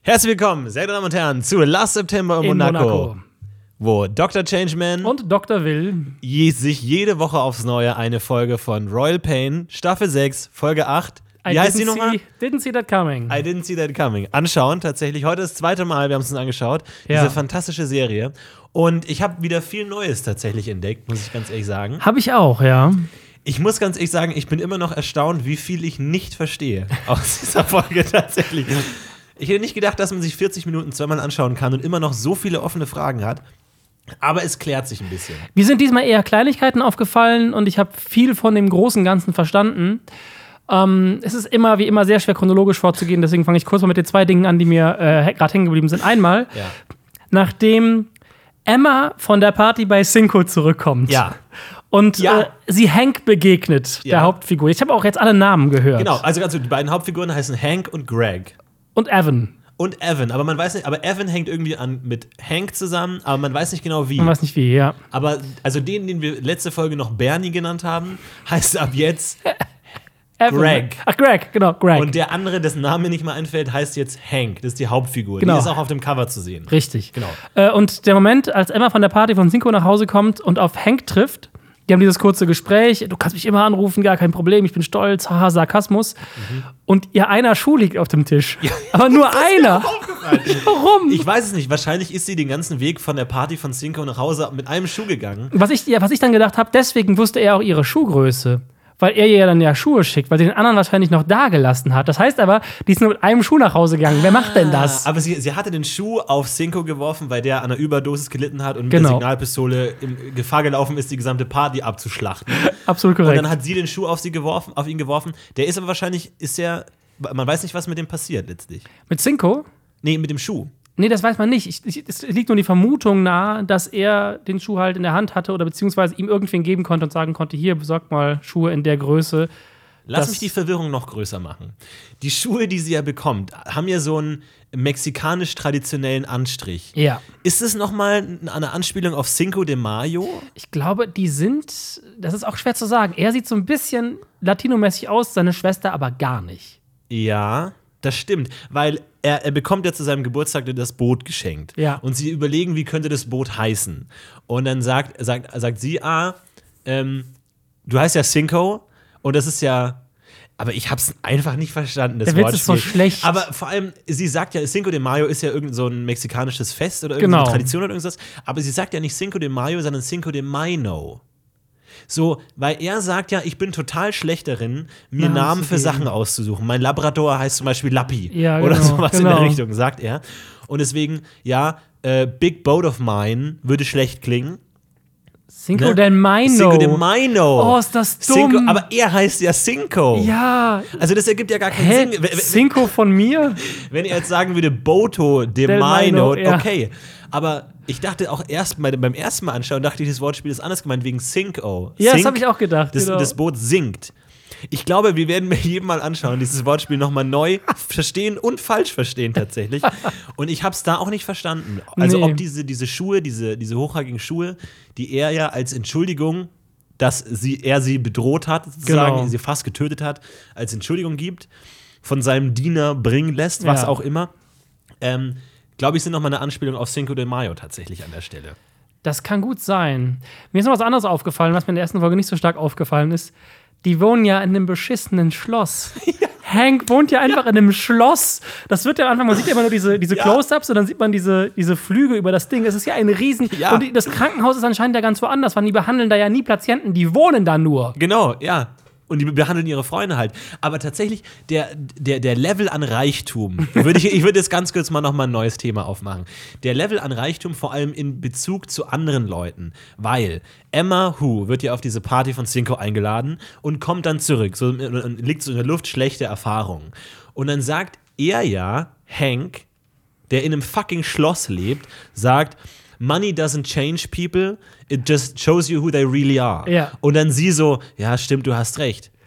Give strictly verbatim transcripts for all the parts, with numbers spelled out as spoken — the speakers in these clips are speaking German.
Herzlich willkommen, sehr geehrte Damen und Herren, zu Last September in, in Monaco, Monaco, wo Doktor Changeman und Doktor Will je, sich jede Woche aufs Neue eine Folge von Royal Pain, Staffel sechs, Folge acht, wie I heißt die nochmal? Didn't see that coming. I didn't see that coming. Anschauen, tatsächlich. Heute ist das zweite Mal, wir haben es uns angeschaut, ja. diese fantastische Serie. Und ich habe wieder viel Neues tatsächlich entdeckt, muss ich ganz ehrlich sagen. Habe ich auch, ja. Ich muss ganz ehrlich sagen, ich bin immer noch erstaunt, wie viel ich nicht verstehe aus dieser Folge tatsächlich. Ich hätte nicht gedacht, dass man sich vierzig Minuten zweimal anschauen kann und immer noch so viele offene Fragen hat. Aber es klärt sich ein bisschen. Mir sind diesmal eher Kleinigkeiten aufgefallen und ich habe viel von dem großen Ganzen verstanden. Ähm, es ist immer, wie immer, sehr schwer chronologisch vorzugehen. Deswegen fange ich kurz mal mit den zwei Dingen an, die mir äh, gerade hängen geblieben sind. Einmal, ja. nachdem Emma von der Party bei Cinco zurückkommt. Ja. Und ja. äh, sie Hank begegnet, ja. der Hauptfigur. Ich habe auch jetzt alle Namen gehört. Genau, also ganz, die beiden Hauptfiguren heißen Hank und Greg. Und Evan. Und Evan, aber man weiß nicht, aber Evan hängt irgendwie an mit Hank zusammen, aber man weiß nicht genau wie. Man weiß nicht wie, ja. Aber also den, den wir letzte Folge noch Bernie genannt haben, heißt ab jetzt Evan. Greg. Ach, Greg, genau, Greg. Und der andere, dessen Name mir nicht mal einfällt, heißt jetzt Hank. Das ist die Hauptfigur. Genau. Die ist auch auf dem Cover zu sehen. Richtig. Genau. Äh, und der Moment, als Emma von der Party von Cinco nach Hause kommt und auf Hank trifft, die haben dieses kurze Gespräch, du kannst mich immer anrufen, gar kein Problem, ich bin stolz, haha, Sarkasmus. Mhm. Und ihr einer Schuh liegt auf dem Tisch. Ja. Aber nur einer. Warum? Ich weiß es nicht. Wahrscheinlich ist sie den ganzen Weg von der Party von Cinco nach Hause mit einem Schuh gegangen. Was ich, ja, was ich dann gedacht habe, deswegen wusste er auch ihre Schuhgröße. Weil er ihr ja dann ja Schuhe schickt, weil sie den anderen wahrscheinlich noch da gelassen hat. Das heißt aber, die ist nur mit einem Schuh nach Hause gegangen. Wer macht denn das? Aber sie, sie hatte den Schuh auf Cinco geworfen, weil der an einer Überdosis gelitten hat und mit genau. der Signalpistole in Gefahr gelaufen ist, die gesamte Party abzuschlachten. Absolut korrekt. Und dann hat sie den Schuh auf sie geworfen, auf ihn geworfen. Der ist aber wahrscheinlich, ist der, man weiß nicht, was mit dem passiert letztlich. Mit Cinco? Nee, mit dem Schuh. Nee, das weiß man nicht. Ich, ich, es liegt nur die Vermutung nahe, dass er den Schuh halt in der Hand hatte oder beziehungsweise ihm irgendwen geben konnte und sagen konnte, hier, besorgt mal Schuhe in der Größe. Lass mich die Verwirrung noch größer machen. Die Schuhe, die sie ja bekommt, haben ja so einen mexikanisch-traditionellen Anstrich. Ja. Ist das nochmal eine Anspielung auf Cinco de Mayo? Ich glaube, die sind, das ist auch schwer zu sagen. Er sieht so ein bisschen latinomäßig aus, seine Schwester aber gar nicht. Ja, das stimmt, weil er, er bekommt ja zu seinem Geburtstag das Boot geschenkt. Ja. Und sie überlegen, wie könnte das Boot heißen. Und dann sagt, sagt, sagt sie, ah, ähm, du heißt ja Cinco und das ist ja, aber ich hab's einfach nicht verstanden, das Der Witz Wortspiel. ist so schlecht. Aber vor allem, sie sagt ja, Cinco de Mayo ist ja irgend so ein mexikanisches Fest oder irgendeine genau. Tradition oder irgendwas, aber sie sagt ja nicht Cinco de Mayo, sondern Cinco de Mayo. So, weil er sagt ja, ich bin total schlecht darin, mir Na, Namen für Sachen auszusuchen. Mein Labrador heißt zum Beispiel Lappi ja, genau, oder sowas genau. in der Richtung, sagt er. Und deswegen, ja, äh, Big Boat of Mine würde schlecht klingen. Cinco ne? de Mayo. Cinco de Mayo. Oh, ist das dumm. Cinco, aber er heißt ja Cinco. Ja. Also das ergibt ja gar keinen Hä? Sinn. Cinco von mir? Wenn er jetzt sagen würde, Boto de Del Mayo, Maino, ja. okay. Aber ich dachte auch erst bei, beim ersten Mal anschauen, dachte ich, das Wortspiel ist anders gemeint, wegen Cinco. Ja, Sink, das habe ich auch gedacht. Das, genau. das Boot sinkt. Ich glaube, wir werden mir jedem mal anschauen, dieses Wortspiel nochmal neu verstehen und falsch verstehen tatsächlich. Und ich habe es da auch nicht verstanden. Also nee. ob diese, diese Schuhe, diese, diese hochhackigen Schuhe, die er ja als Entschuldigung, dass sie, er sie bedroht hat, sozusagen, genau. sie fast getötet hat, als Entschuldigung gibt, von seinem Diener bringen lässt, was ja. auch immer. Ähm, glaube ich, sind nochmal eine Anspielung auf Cinco de Mayo tatsächlich an der Stelle. Das kann gut sein. Mir ist noch was anderes aufgefallen, was mir in der ersten Folge nicht so stark aufgefallen ist. Die wohnen ja in einem beschissenen Schloss. Ja. Hank wohnt ja einfach ja. in einem Schloss. Das wird ja am Anfang, man sieht ja immer nur diese, diese ja. Close-Ups und dann sieht man diese, diese Flüge über das Ding. Es ist ja ein Riesen. Ja. Und die, das Krankenhaus ist anscheinend ja ganz woanders, weil die behandeln da ja nie Patienten, die wohnen da nur. Genau, ja. Und die behandeln ihre Freunde halt. Aber tatsächlich, der, der, der Level an Reichtum, würde ich, ich würde jetzt ganz kurz mal nochmal ein neues Thema aufmachen. Der Level an Reichtum vor allem in Bezug zu anderen Leuten. Weil Emma Hu wird ja auf diese Party von Cinco eingeladen und kommt dann zurück. So, und liegt so in der Luft, schlechte Erfahrungen. Und dann sagt er ja, Hank, der in einem fucking Schloss lebt, sagt, Money doesn't change people, it just shows you who they really are. Ja. Und dann sie so, ja, stimmt, du hast recht.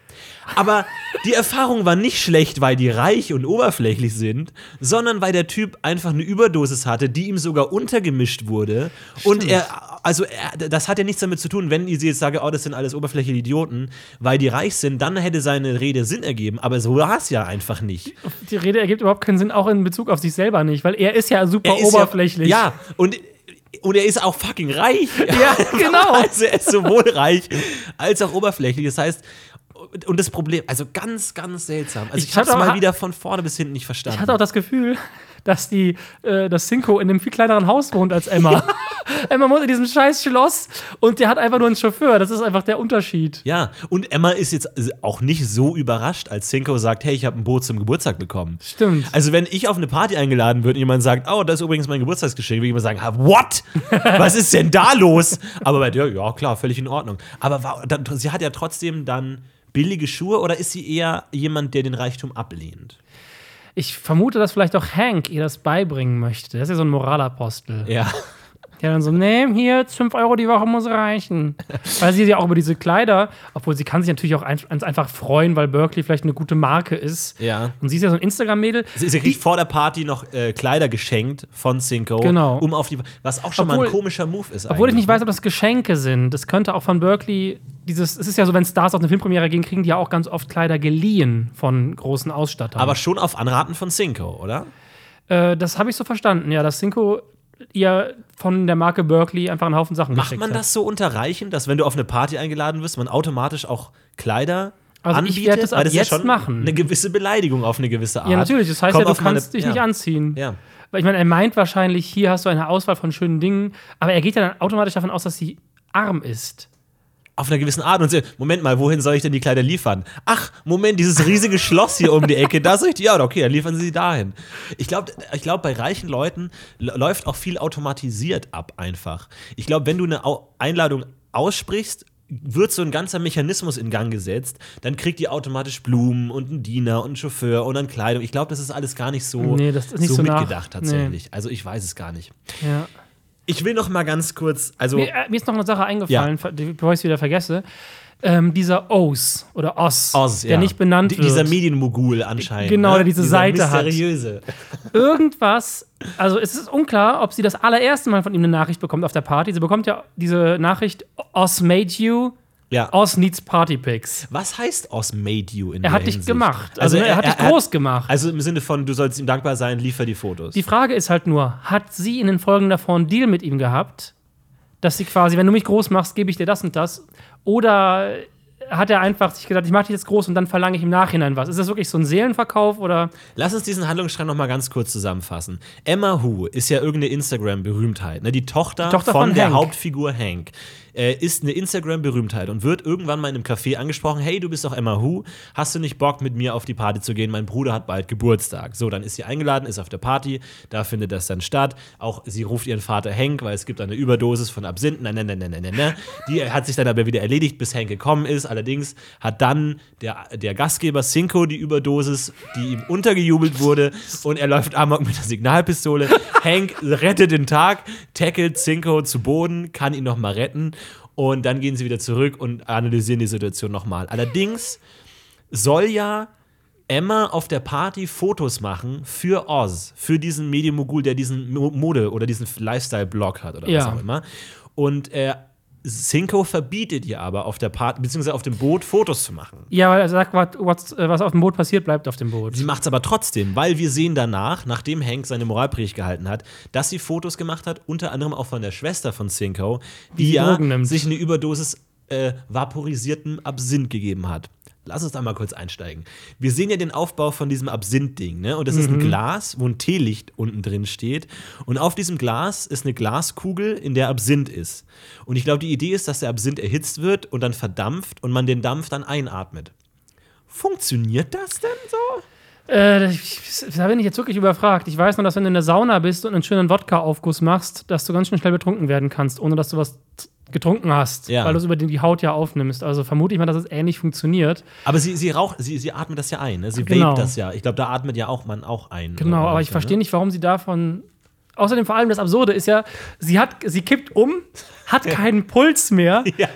Aber die Erfahrung war nicht schlecht, weil die reich und oberflächlich sind, sondern weil der Typ einfach eine Überdosis hatte, die ihm sogar untergemischt wurde. Stimmt. Und er, also er, das hat ja nichts damit zu tun, wenn ich jetzt sage, oh, das sind alles oberflächliche Idioten, weil die reich sind, dann hätte seine Rede Sinn ergeben. Aber so war es ja einfach nicht. Die Rede ergibt überhaupt keinen Sinn, auch in Bezug auf sich selber nicht, weil er ist ja super ist oberflächlich. Ja, ja, und Und er ist auch fucking reich. Ja, genau. Also er ist sowohl reich als auch oberflächlich. Das heißt, und das Problem, also ganz, ganz seltsam. Also ich, ich habe es mal wieder von vorne bis hinten nicht verstanden. Ich hatte auch das Gefühl, dass die, äh, dass Cinco in einem viel kleineren Haus wohnt als Emma. Emma wohnt in diesem scheiß Schloss und der hat einfach nur einen Chauffeur. Das ist einfach der Unterschied. Ja, und Emma ist jetzt auch nicht so überrascht, als Cinco sagt, hey, ich habe ein Boot zum Geburtstag bekommen. Stimmt. Also wenn ich auf eine Party eingeladen würde und jemand sagt, oh, das ist übrigens mein Geburtstagsgeschenk, würde ich immer sagen, what? Was ist denn da los? Aber bei dir, ja klar, völlig in Ordnung. Aber war, dann, sie hat ja trotzdem dann billige Schuhe oder ist sie eher jemand, der den Reichtum ablehnt? Ich vermute, dass vielleicht auch Hank ihr das beibringen möchte. Der ist ja so ein Moralapostel. Ja. Der dann so, nee, hier, jetzt fünf Euro die Woche muss reichen. Weil sie ja auch über diese Kleider, obwohl sie kann sich natürlich auch ein, einfach freuen, weil Berkeley vielleicht eine gute Marke ist. Ja. Und sie ist ja so ein Instagram-Mädel. Sie, sie kriegt vor der Party noch äh, Kleider geschenkt von Cinco. Genau. Um auf die, was auch schon obwohl, mal ein komischer Move ist. Obwohl ich nicht weiß, ob das Geschenke sind. Das könnte auch von Berkeley, dieses, es ist ja so, wenn Stars auf eine Filmpremiere gehen, kriegen die ja auch ganz oft Kleider geliehen von großen Ausstattern. Aber schon auf Anraten von Cinco, oder? Äh, das habe ich so verstanden, ja, dass Cinco ihr von der Marke Berkeley einfach einen Haufen Sachen Macht geschickt man hat. das so unter Reichen, dass wenn du auf eine Party eingeladen wirst, man automatisch auch Kleider also anbietet? Ich werde das ab das jetzt ist ja schon machen. Eine gewisse Beleidigung auf eine gewisse Art. Ja, natürlich. Das heißt Komm ja, du kannst meine, dich ja. nicht anziehen. Ja. Weil ich meine, er meint wahrscheinlich, hier hast du eine Auswahl von schönen Dingen, aber er geht ja dann automatisch davon aus, dass sie arm ist. Auf einer gewissen Art und so, Moment mal, wohin soll ich denn die Kleider liefern? Ach, Moment, dieses riesige Schloss hier um die Ecke, da soll ich die, ja, okay, dann liefern sie sie dahin. Ich glaube, ich glaub, bei reichen Leuten läuft auch viel automatisiert ab einfach. Ich glaube, wenn du eine Einladung aussprichst, wird so ein ganzer Mechanismus in Gang gesetzt, dann kriegt die automatisch Blumen und einen Diener und einen Chauffeur und dann Kleidung. Ich glaube, das ist alles gar nicht so, nee, das ist nicht so, so mitgedacht nach, tatsächlich. Nee. Also ich weiß es gar nicht. Ja. Ich will noch mal ganz kurz, also mir, äh, mir ist noch eine Sache eingefallen, ja. bevor ich es wieder vergesse. Ähm, dieser Oz oder Oz, Oz der ja. nicht benannt D- wird. Dieser Medienmogul anscheinend. Genau, ne? der diese dieser Seite mysteriöse. hat. Irgendwas, also es ist unklar, ob sie das allererste Mal von ihm eine Nachricht bekommt auf der Party. Sie bekommt ja diese Nachricht, Oz made you. Ja. Oz needs Party Pics. Was heißt Oz made you in Er der hat dich Hinsicht? gemacht. Also, also er, er hat dich er, groß gemacht. Also im Sinne von, du sollst ihm dankbar sein, liefer die Fotos. Die Frage ist halt nur, hat sie in den Folgen davor einen Deal mit ihm gehabt, dass sie quasi, wenn du mich groß machst, gebe ich dir das und das? Oder hat er einfach sich gesagt, ich mache dich jetzt groß und dann verlange ich im Nachhinein was? Ist das wirklich so ein Seelenverkauf oder? Lass uns diesen Handlungsstrang noch mal ganz kurz zusammenfassen. Emma Hu ist ja irgendeine Instagram-Berühmtheit, ne? Die Tochter, die Tochter von, von der Hank. Hauptfigur Hank. Äh, ist eine Instagram-Berühmtheit und wird irgendwann mal in einem Café angesprochen, hey, du bist doch Emma Hu, hast du nicht Bock, mit mir auf die Party zu gehen? Mein Bruder hat bald Geburtstag. So, dann ist sie eingeladen, ist auf der Party, da findet das dann statt. Auch sie ruft ihren Vater Hank, weil es gibt eine Überdosis von Absinth. Nein, nein, nein, nein, nein, nein. Die hat sich dann aber wieder erledigt, bis Hank gekommen ist. Allerdings hat dann der, der Gastgeber Cinco die Überdosis, die ihm untergejubelt wurde, und er läuft amok mit der Signalpistole. Hank rettet den Tag, tackelt Cinco zu Boden, kann ihn noch mal retten. Und dann gehen sie wieder zurück und analysieren die Situation nochmal. Allerdings soll ja Emma auf der Party Fotos machen für Oz, für diesen Medienmogul, der diesen Mode- oder diesen Lifestyle-Blog hat oder ja. was auch immer. Und äh, Cinco verbietet ihr aber auf der Party, beziehungsweise auf dem Boot Fotos zu machen. Ja, weil er sagt, was, was auf dem Boot passiert, bleibt auf dem Boot. Sie macht es aber trotzdem, weil wir sehen danach, nachdem Hank seine Moralpredigt gehalten hat, dass sie Fotos gemacht hat, unter anderem auch von der Schwester von Cinco, die ja sich eine Überdosis äh, vaporisierten Absinth gegeben hat. Lass uns da mal kurz einsteigen. Wir sehen ja den Aufbau von diesem Absinth-Ding, ne? Und das mhm. ist ein Glas, wo ein Teelicht unten drin steht. Und auf diesem Glas ist eine Glaskugel, in der Absinth ist. Und ich glaube, die Idee ist, dass der Absinth erhitzt wird und dann verdampft und man den Dampf dann einatmet. Funktioniert das denn so? Äh, ich, da bin ich jetzt wirklich überfragt. Ich weiß nur, dass wenn du in der Sauna bist und einen schönen Wodka-Aufguss machst, dass du ganz schön schnell betrunken werden kannst, ohne dass du was getrunken hast, ja. weil du es über die Haut ja aufnimmst. Also vermute ich mal, dass es ähnlich funktioniert. Aber sie, sie raucht, sie, sie atmet das ja ein, ne? Sie genau. vape das ja. Ich glaube, da atmet ja auch man auch ein. Genau, aber ich verstehe nicht, warum sie davon. Außerdem vor allem das Absurde ist ja, sie hat, sie kippt um, hat keinen Puls mehr. Ja.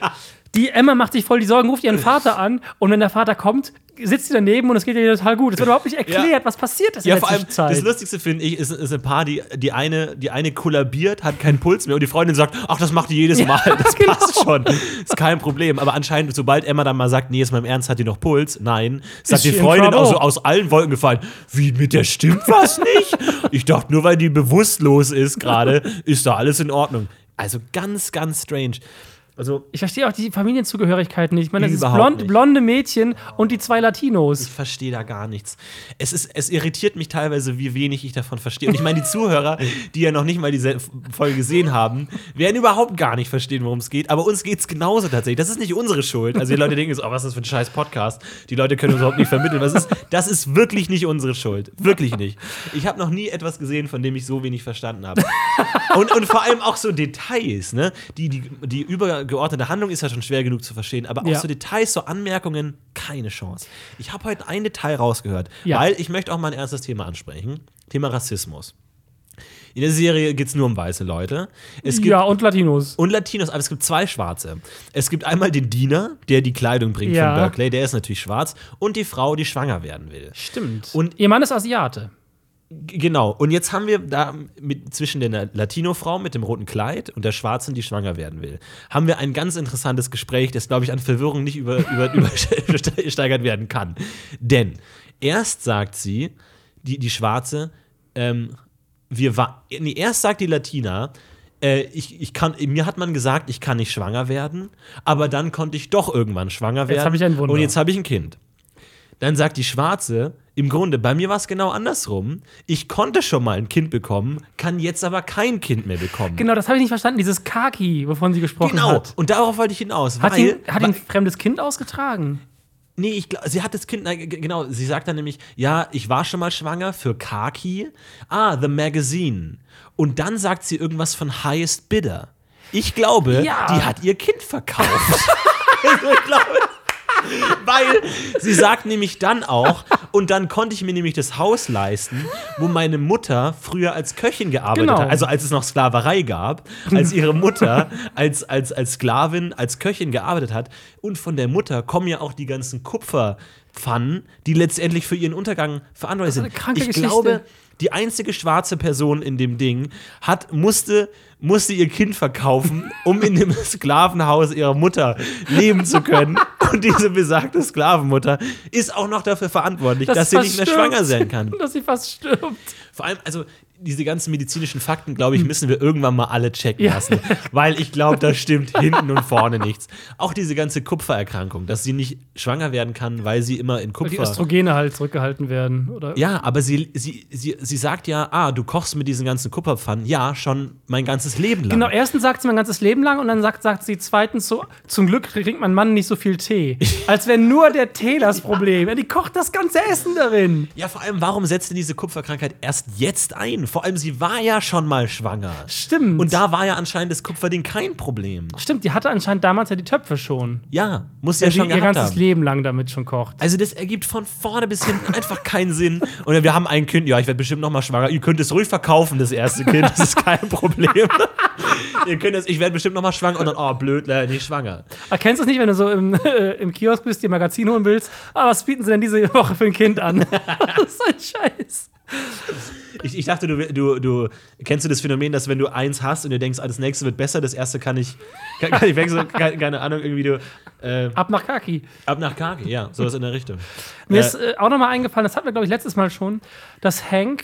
Die Emma macht sich voll die Sorgen, ruft ihren Vater an und wenn der Vater kommt, sitzt sie daneben und es geht ihr total gut. Es wird überhaupt nicht erklärt, ja. was passiert ist ja, in der vor allem, Zwischenzeit. Das Lustigste, finde ich, ist, ist ein Paar, die, die, eine, die eine kollabiert, hat keinen Puls mehr und die Freundin sagt, ach, das macht die jedes Mal, ja, das genau. passt schon, ist kein Problem. Aber anscheinend, sobald Emma dann mal sagt, nee, jetzt mal im Ernst, hat die noch Puls? Nein. Sagt die Freundin auch so aus allen Wolken gefallen, wie, mit der stimmt was nicht? Ich dachte, nur weil die bewusstlos ist gerade, ist da alles in Ordnung. Also ganz, ganz strange. Also, ich verstehe auch die Familienzugehörigkeit nicht. Ich meine, das ist blond, blonde Mädchen und die zwei Latinos. Ich verstehe da gar nichts. Es, ist, es irritiert mich teilweise, wie wenig ich davon verstehe. Und ich meine, die Zuhörer, die ja noch nicht mal diese Folge gesehen haben, werden überhaupt gar nicht verstehen, worum es geht. Aber uns geht es genauso tatsächlich. Das ist nicht unsere Schuld. Also die Leute denken jetzt, oh, was ist das für ein scheiß Podcast? Die Leute können uns überhaupt nicht vermitteln. Was ist, das ist wirklich nicht unsere Schuld. Wirklich nicht. Ich habe noch nie etwas gesehen, von dem ich so wenig verstanden habe. Und, und vor allem auch so Details, ne? Die, die, die über geordnete Handlung ist ja schon schwer genug zu verstehen, aber auch ja. so Details, so Anmerkungen, keine Chance. Ich habe heute ein Detail rausgehört, ja. weil ich möchte auch mal ein erstes Thema ansprechen. Thema Rassismus. In der Serie geht es nur um weiße Leute. Es gibt, ja, und Latinos. Und Latinos, aber es gibt zwei Schwarze. Es gibt einmal den Diener, der die Kleidung bringt ja. von Berkeley, der ist natürlich schwarz, und die Frau, die schwanger werden will. Stimmt. Und ihr Mann ist Asiate. Genau, und jetzt haben wir da mit, zwischen der Latino-Frau mit dem roten Kleid und der Schwarzen, die schwanger werden will, haben wir ein ganz interessantes Gespräch, das, glaube ich, an Verwirrung nicht über, über, übersteigert werden kann. Denn erst sagt sie, die, die Schwarze, ähm, wir war, nee, erst sagt die Latina, äh, ich, ich kann, mir hat man gesagt, ich kann nicht schwanger werden, aber dann konnte ich doch irgendwann schwanger werden. Jetzt habe ich ein Wunder. Und jetzt habe ich ein Kind. Dann sagt die Schwarze, im Grunde, bei mir war es genau andersrum. Ich konnte schon mal ein Kind bekommen, kann jetzt aber kein Kind mehr bekommen. Genau, das habe ich nicht verstanden, dieses Kaki, wovon sie gesprochen genau. hat. Genau, und darauf wollte ich hinaus. Hat, weil, ihn, hat weil, ihn ein fremdes Kind ausgetragen? Nee, ich glaube, sie hat das Kind, genau, sie sagt dann nämlich, ja, ich war schon mal schwanger für Kaki. Ah, The Magazine. Und dann sagt sie irgendwas von Highest Bidder. Ich glaube, ja. die hat ihr Kind verkauft. Also ich glaube, weil sie sagt nämlich dann auch, und dann konnte ich mir nämlich das Haus leisten, wo meine Mutter früher als Köchin gearbeitet genau. hat. Also als es noch Sklaverei gab, als ihre Mutter als, als, als Sklavin, als Köchin gearbeitet hat. Und von der Mutter kommen ja auch die ganzen Kupferpfannen, die letztendlich für ihren Untergang verantwortlich sind. Das ist eine kranke ich Geschichte. glaube, die einzige schwarze Person in dem Ding hat, musste, musste ihr Kind verkaufen, um in dem Sklavenhaus ihrer Mutter leben zu können. Und diese besagte Sklavenmutter ist auch noch dafür verantwortlich, dass, dass sie nicht mehr stirbt. schwanger sein kann. Dass sie fast stirbt. Vor allem, also diese ganzen medizinischen Fakten, glaube ich, müssen wir irgendwann mal alle checken ja. lassen. Weil ich glaube, da stimmt hinten und vorne nichts. Auch diese ganze Kupfererkrankung, dass sie nicht schwanger werden kann, weil sie immer in Kupfer... Weil die Östrogene halt zurückgehalten werden, oder? Ja, aber sie, sie, sie, sie sagt ja, ah, du kochst mit diesen ganzen Kupferpfannen. Ja, schon mein ganzes Leben lang. Genau, erstens sagt sie mein ganzes Leben lang und dann sagt, sagt sie zweitens so, zum Glück trinkt mein Mann nicht so viel Tee. Als wäre nur der Tee das Problem. Ja, die kocht das ganze Essen darin. Ja, vor allem, warum setzt denn diese Kupferkrankheit erst jetzt ein? Vor allem, sie war ja schon mal schwanger. Stimmt. Und da war ja anscheinend das Kupferding kein Problem. Stimmt, die hatte anscheinend damals ja die Töpfe schon. Ja, muss ja, ja schon ihr gehabt ganzes haben. Leben lang damit schon kocht. Also das ergibt von vorne bis hinten einfach keinen Sinn. Und wir haben ein Kind, ja, ich werde bestimmt noch mal schwanger. Ihr könnt es ruhig verkaufen, das erste Kind, das ist kein Problem. Ihr könnt es, ich werde bestimmt noch mal schwanger und dann, oh, blöd, leider nicht schwanger. Erkennst du es nicht, wenn du so im, äh, im Kiosk bist, dir ein Magazin holen willst? Ah, was bieten sie denn diese Woche für ein Kind an? Das ist ein Scheiß. Ich, ich dachte, du, du, du kennst du das Phänomen, dass wenn du eins hast und du denkst, ah, das nächste wird besser, das erste kann ich, kann, kann ich wechseln, keine, keine Ahnung, irgendwie du. Äh, ab nach Kaki. Ab nach Kaki, ja, sowas in der Richtung. Mir äh, ist äh, auch noch mal eingefallen, das hatten wir, glaube ich, letztes Mal schon, dass Hank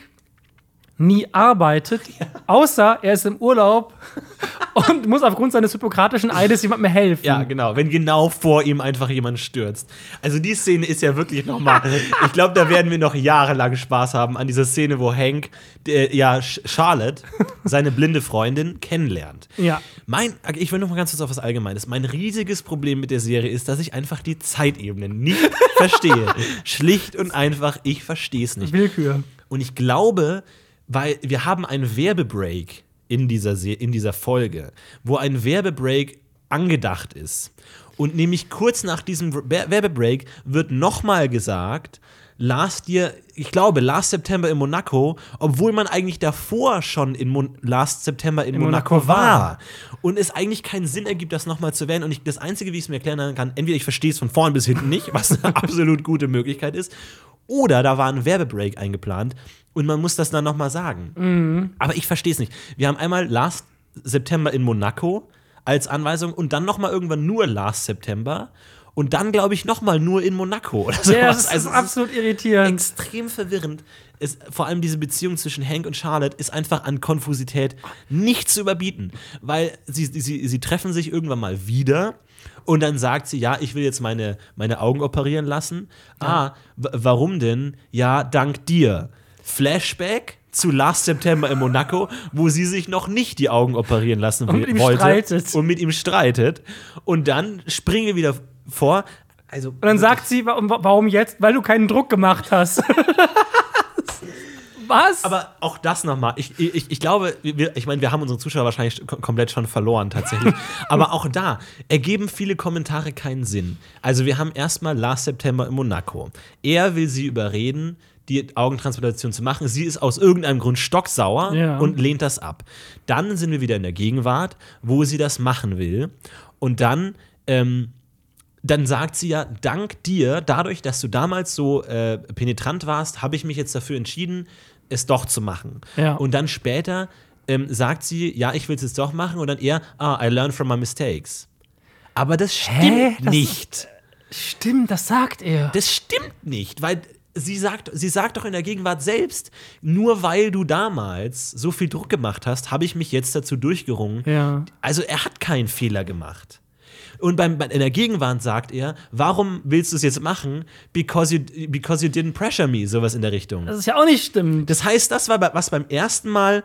nie arbeitet, außer er ist im Urlaub und muss aufgrund seines hippokratischen Eides jemandem helfen. Ja, genau, wenn genau vor ihm einfach jemand stürzt. Also die Szene ist ja wirklich nochmal, ich glaube, da werden wir noch jahrelang Spaß haben an dieser Szene, wo Hank, der, ja, Charlotte, seine blinde Freundin, kennenlernt. Ja. Mein, ich will noch mal ganz kurz auf was Allgemeines. Mein riesiges Problem mit der Serie ist, dass ich einfach die Zeitebenen nicht verstehe. Schlicht und einfach, ich verstehe es nicht. Willkür. Und ich glaube, weil wir haben einen Werbebreak in dieser, Se- in dieser Folge, wo ein Werbebreak angedacht ist. Und nämlich kurz nach diesem Werbebreak wird nochmal gesagt, Last Year, ich glaube, Last September in Monaco, obwohl man eigentlich davor schon in Mon- Last September in, in Monaco, Monaco war. war. Und es eigentlich keinen Sinn ergibt, das nochmal zu erwähnen. Und ich, das Einzige, wie ich es mir erklären kann, entweder ich verstehe es von vorn bis hinten nicht, was eine absolut gute Möglichkeit ist, oder da war ein Werbebreak eingeplant und man muss das dann nochmal sagen. Mhm. Aber ich verstehe es nicht. Wir haben einmal Last September in Monaco als Anweisung und dann nochmal irgendwann nur Last September. Und dann, glaube ich, nochmal nur in Monaco oder sowas. Ja, das ist also, absolut irritierend. Extrem verwirrend. Es, vor allem diese Beziehung zwischen Hank und Charlotte ist einfach an Konfusität nicht zu überbieten. Weil sie, sie, sie treffen sich irgendwann mal wieder und dann sagt sie, ja, ich will jetzt meine, meine Augen operieren lassen. Ja. Ah, w- warum denn? Ja, dank dir. Flashback zu Last September in Monaco, wo sie sich noch nicht die Augen operieren lassen und mit ihm wollte. Streitet. Und mit ihm streitet. Und dann springen wir wieder vor. Also, und dann sagt sie, warum jetzt? Weil du keinen Druck gemacht hast. Was? Aber auch das nochmal. Ich, ich, ich glaube, wir, ich meine, wir haben unsere Zuschauer wahrscheinlich kom- komplett schon verloren, tatsächlich. Aber auch da ergeben viele Kommentare keinen Sinn. Also, wir haben erstmal Last September in Monaco. Er will sie überreden, die Augentransplantation zu machen. Sie ist aus irgendeinem Grund stocksauer ja. und lehnt das ab. Dann sind wir wieder in der Gegenwart, wo sie das machen will. Und dann ähm, Dann sagt sie ja, dank dir, dadurch, dass du damals so äh, penetrant warst, habe ich mich jetzt dafür entschieden, es doch zu machen. Ja. Und dann später ähm, sagt sie, ja, ich will es jetzt doch machen. Und dann eher, ah, I learned from my mistakes. Aber das stimmt Hä? Das nicht. Stimmt, das sagt er. Das stimmt nicht, weil sie sagt, sie sagt doch in der Gegenwart selbst, nur weil du damals so viel Druck gemacht hast, habe ich mich jetzt dazu durchgerungen. Ja. Also er hat keinen Fehler gemacht. Und beim, in der Gegenwart sagt er, warum willst du es jetzt machen? Because you, because you didn't pressure me, sowas in der Richtung. Das ist ja auch nicht stimmt. Das heißt, das war, was beim ersten Mal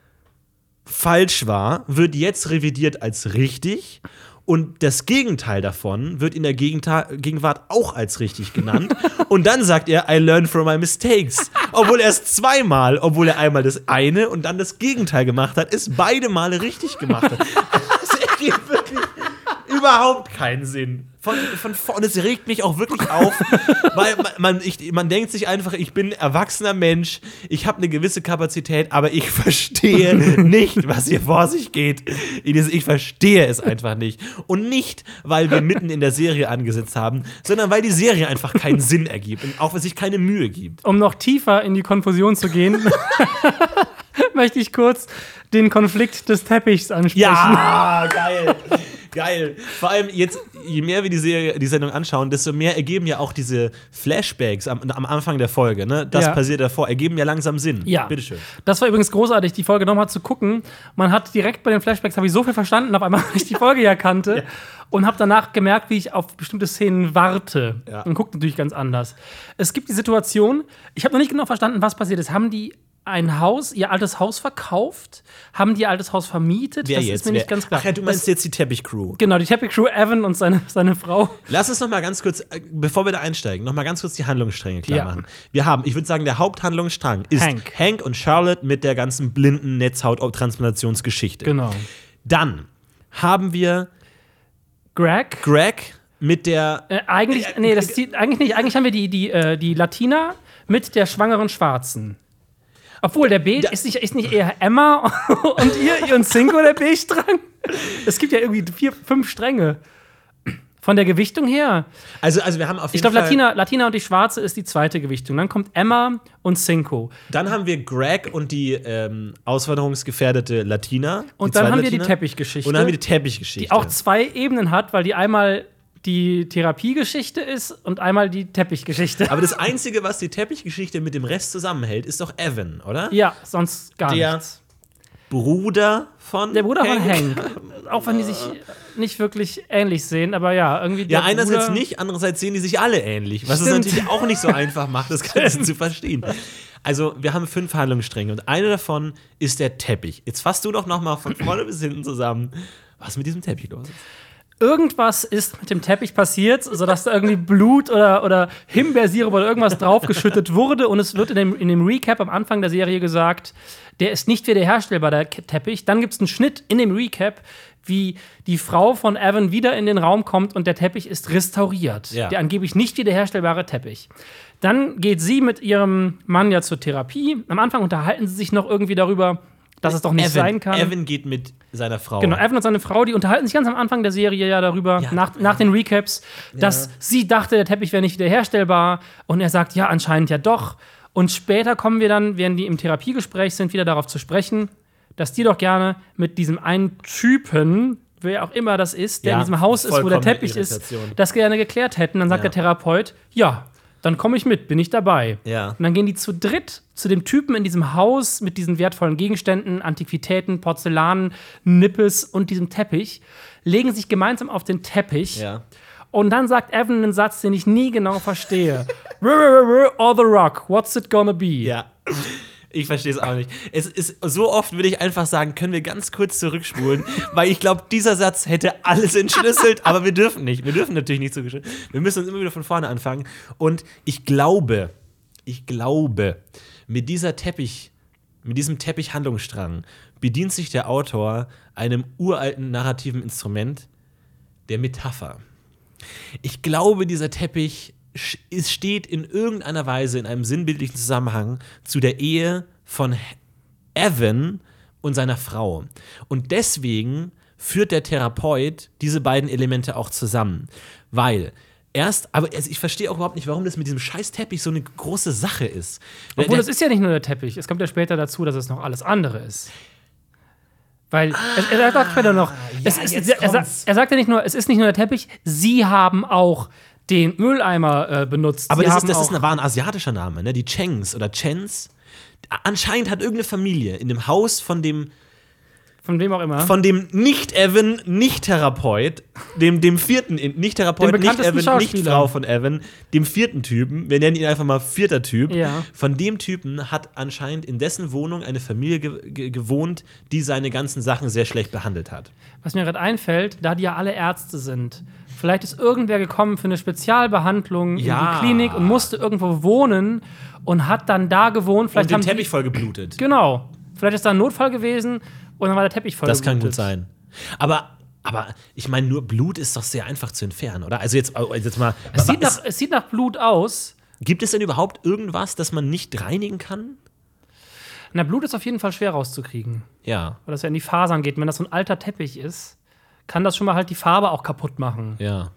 falsch war, wird jetzt revidiert als richtig. Und das Gegenteil davon wird in der Gegenta- Gegenwart auch als richtig genannt. Und dann sagt er, I learned from my mistakes. Obwohl er es zweimal, obwohl er einmal das eine und dann das Gegenteil gemacht hat, es beide Male richtig gemacht hat. Das ergibt wirklich überhaupt keinen Sinn. Von, von vorne, es regt mich auch wirklich auf, weil man, man, ich, man denkt sich einfach, ich bin ein erwachsener Mensch, ich habe eine gewisse Kapazität, aber ich verstehe nicht, was hier vor sich geht. Ich verstehe es einfach nicht. Und nicht, weil wir mitten in der Serie angesetzt haben, sondern weil die Serie einfach keinen Sinn ergibt und auch sich keine Mühe gibt. Um noch tiefer in die Konfusion zu gehen, möchte ich kurz den Konflikt des Teppichs ansprechen. Ja, geil. Geil. Vor allem jetzt, je mehr wir die Serie, die Sendung anschauen, desto mehr ergeben ja auch diese Flashbacks am, am Anfang der Folge, ne? Das ja. passiert davor, ergeben ja langsam Sinn. Ja. Bitteschön. Das war übrigens großartig, die Folge nochmal zu gucken. Man hat direkt bei den Flashbacks, habe ich so viel verstanden, auf einmal, weil ich die Folge ja kannte. Ja. Und habe danach gemerkt, wie ich auf bestimmte Szenen warte. Ja. Und guckt natürlich ganz anders. Es gibt die Situation, ich habe noch nicht genau verstanden, was passiert ist. Haben die ein Haus, ihr altes Haus verkauft? Haben die ihr altes Haus vermietet? Wer das jetzt? ist mir Wer? nicht ganz klar. Ach ja, du meinst das, jetzt die Teppich-Crew. Genau, die Teppich-Crew, Evan und seine, seine Frau. Lass uns noch mal ganz kurz, bevor wir da einsteigen, noch mal ganz kurz die Handlungsstränge klar ja. machen. Wir haben, ich würde sagen, der Haupthandlungsstrang ist Hank. Hank und Charlotte mit der ganzen blinden Netzhauttransplantationsgeschichte. Genau. Dann haben wir Greg. Greg mit der Äh, eigentlich, äh, nee, das zieht, eigentlich nicht. Eigentlich haben wir die, die, äh, die Latina mit der schwangeren Schwarzen. Obwohl, der B, Da- ist, nicht, ist nicht eher Emma und ihr, ihr und Cinco der B-Strang? Es gibt ja irgendwie vier, fünf Stränge. Von der Gewichtung her. Also, also wir haben auf jeden Ich glaube, Fall. Latina, Latina und die Schwarze ist die zweite Gewichtung. Dann kommt Emma und Cinco. Dann haben wir Greg und die ähm, auswanderungsgefährdete Latina. Und die dann zweite haben wir die Latina. Teppichgeschichte. Und dann haben wir die Teppichgeschichte. Die auch zwei Ebenen hat, weil die einmal die Therapiegeschichte ist und einmal die Teppichgeschichte. Aber das Einzige, was die Teppichgeschichte mit dem Rest zusammenhält, ist doch Evan, oder? Ja, sonst gar Der nichts. Bruder von Der Bruder von Hank. Hank. Auch wenn die sich nicht wirklich ähnlich sehen, aber ja, irgendwie der Ja, einerseits Bruder nicht, andererseits sehen die sich alle ähnlich. Was Stimmt. es natürlich auch nicht so einfach macht, das Ganze zu verstehen. Also, wir haben fünf Handlungsstränge und eine davon ist der Teppich. Jetzt fasst du doch noch mal von vorne bis hinten zusammen, was mit diesem Teppich los ist. irgendwas ist mit dem Teppich passiert, sodass da irgendwie Blut oder, oder Himbeersirup oder irgendwas draufgeschüttet wurde. Und es wird in dem, in dem Recap am Anfang der Serie gesagt, der ist nicht wiederherstellbar, der Teppich. Dann gibt es einen Schnitt in dem Recap, wie die Frau von Evan wieder in den Raum kommt und der Teppich ist restauriert. Ja. Der angeblich nicht wiederherstellbare Teppich. Dann geht sie mit ihrem Mann ja zur Therapie. Am Anfang unterhalten sie sich noch irgendwie darüber, dass es doch nicht Evan, sein kann. Evan geht mit seiner Frau. Genau, Evan und seine Frau, die unterhalten sich ganz am Anfang der Serie ja darüber, Ja. nach, nach den Recaps, dass Ja. sie dachte, der Teppich wäre nicht wiederherstellbar. Und er sagt, ja, anscheinend ja doch. Und später kommen wir dann, während die im Therapiegespräch sind, wieder darauf zu sprechen, dass die doch gerne mit diesem einen Typen, wer auch immer das ist, der Ja, in diesem Haus ist, wo der vollkommene Teppich ist, Irritation. das gerne geklärt hätten. Dann sagt Ja. der Therapeut, ja, dann komme ich mit, bin ich dabei. Ja. Und dann gehen die zu dritt zu dem Typen in diesem Haus mit diesen wertvollen Gegenständen, Antiquitäten, Porzellan, Nippes und diesem Teppich, legen sich gemeinsam auf den Teppich. Ja. Und dann sagt Evan einen Satz, den ich nie genau verstehe. Or the Rock, what's it gonna be? Ja. Ich verstehe es auch nicht. Es ist so oft, würde ich einfach sagen, können wir ganz kurz zurückspulen, weil ich glaube, dieser Satz hätte alles entschlüsselt, aber wir dürfen nicht. Wir dürfen natürlich nicht zurückschlüsseln. Wir müssen uns immer wieder von vorne anfangen. Und ich glaube, ich glaube, mit dieser Teppich, mit diesem Teppich-Handlungsstrang bedient sich der Autor einem uralten narrativen Instrument, der Metapher. Ich glaube, dieser Teppich es steht in irgendeiner Weise in einem sinnbildlichen Zusammenhang zu der Ehe von Evan und seiner Frau. Und deswegen führt der Therapeut diese beiden Elemente auch zusammen. Weil erst, aber also ich verstehe auch überhaupt nicht, warum das mit diesem scheiß Teppich so eine große Sache ist. Obwohl, Der- es ist ja nicht nur der Teppich. Es kommt ja später dazu, dass es noch alles andere ist. Weil er, er sagt später noch, es ja, ist, jetzt er, er, sagt, kommt's. er sagt ja nicht nur, es ist nicht nur der Teppich, sie haben auch den Mülleimer äh, benutzt. Aber sie das, haben ist, das auch, ist ein, war ein asiatischer Name, ne? Die Chengs oder Chens. Anscheinend hat irgendeine Familie in dem Haus von dem von wem auch immer. von dem Nicht-Evan, Nicht-Therapeut, dem, dem vierten, Nicht-Therapeut, Dem bekanntesten Nicht-Evan, Schauspieler. Nicht-Frau von Evan, dem vierten Typen, wir nennen ihn einfach mal vierter Typ, Ja. von dem Typen hat anscheinend in dessen Wohnung eine Familie ge ge gewohnt, die seine ganzen Sachen sehr schlecht behandelt hat. Was mir gerade einfällt, da die ja alle Ärzte sind, vielleicht ist irgendwer gekommen für eine Spezialbehandlung Ja. in die Klinik und musste irgendwo wohnen und hat dann da gewohnt. Vielleicht Und den haben Teppich die, voll geblutet. Genau. Vielleicht ist da ein Notfall gewesen und dann war der Teppich voll Das kann geblutet. gut sein. Aber, aber ich meine, nur Blut ist doch sehr einfach zu entfernen, oder? Also jetzt, also jetzt mal. Es sieht, was- nach, es sieht nach Blut aus. gibt es denn überhaupt irgendwas, das man nicht reinigen kann? Na, Blut ist auf jeden Fall schwer rauszukriegen, Ja, weil das ja in die Fasern geht. Wenn das so ein alter Teppich ist, kann das schon mal halt die Farbe auch kaputt machen. ja.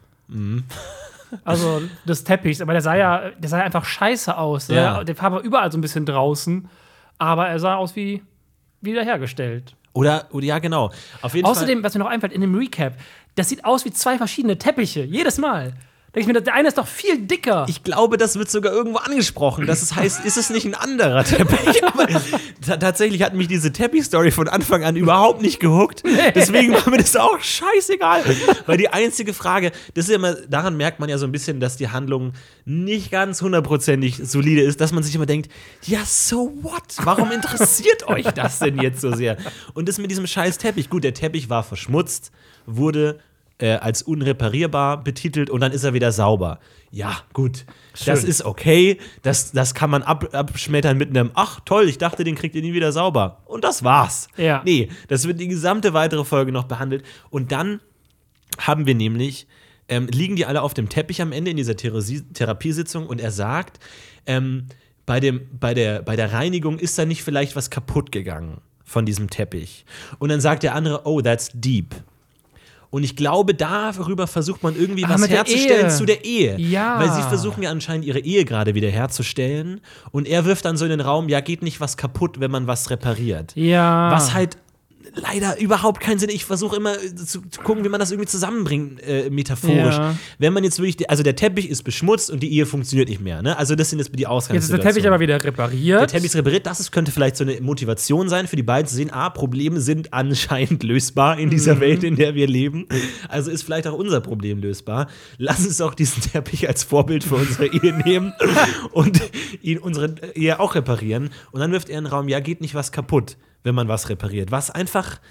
Also des Teppichs. Aber der sah ja, der sah ja einfach scheiße aus. Der, Ja. der Farbe war überall so ein bisschen draußen. Aber er sah aus wie wiederhergestellt. Oder, oder ja, genau. Auf jeden Außerdem, was mir noch einfällt, in dem Recap, das sieht aus wie zwei verschiedene Teppiche. Jedes Mal. Da denke ich mir, der eine ist doch viel dicker. Ich glaube, das wird sogar irgendwo angesprochen. Das ist, heißt, ist es nicht ein anderer Teppich? Aber ta- tatsächlich hat mich diese Teppich-Story von Anfang an überhaupt nicht gehuckt. Deswegen war mir das auch scheißegal. Weil die einzige Frage, das ist ja immer, daran merkt man ja so ein bisschen, dass die Handlung nicht ganz hundertprozentig solide ist, dass man sich immer denkt, ja, so what? Warum interessiert euch das denn jetzt so sehr? Und das mit diesem scheiß Teppich, gut, der Teppich war verschmutzt, wurde äh, als unreparierbar betitelt und dann ist er wieder sauber. Ja, gut, das ist okay, das, das kann man ab, abschmettern mit einem, ach toll, ich dachte, den kriegt ihr nie wieder sauber. Und das war's. Ja. Nee, das wird die gesamte weitere Folge noch behandelt. Und dann haben wir nämlich, ähm, liegen die alle auf dem Teppich am Ende in dieser Therasie- Therapiesitzung und er sagt, ähm, bei, dem, bei, der, bei der Reinigung ist da nicht vielleicht was kaputt gegangen von diesem Teppich. Und dann sagt der andere, oh, that's deep. Und ich glaube, darüber versucht man irgendwie Ah, was mit der herzustellen Ehe. zu der Ehe. Ja. Weil sie versuchen ja anscheinend ihre Ehe gerade wieder herzustellen. Und er wirft dann so in den Raum, ja, geht nicht was kaputt, wenn man was repariert. Ja. Was halt leider überhaupt keinen Sinn. Ich versuche immer äh, zu, zu gucken, wie man das irgendwie zusammenbringt, äh, metaphorisch. Ja. Wenn man jetzt wirklich, also der Teppich ist beschmutzt und die Ehe funktioniert nicht mehr. Ne? Also das sind jetzt die Jetzt ist Ausgangssituationen. der Teppich aber wieder repariert. Der Teppich ist repariert, das ist, könnte vielleicht so eine Motivation sein für die beiden zu sehen, ah, Probleme sind anscheinend lösbar in dieser Mhm. Welt, in der wir leben. Also ist vielleicht auch unser Problem lösbar. Lass uns auch diesen Teppich als Vorbild für unsere Ehe nehmen und ihn unsere Ehe auch reparieren. Und dann wirft er in den Raum, ja, geht nicht was kaputt, wenn man was repariert. Was einfach,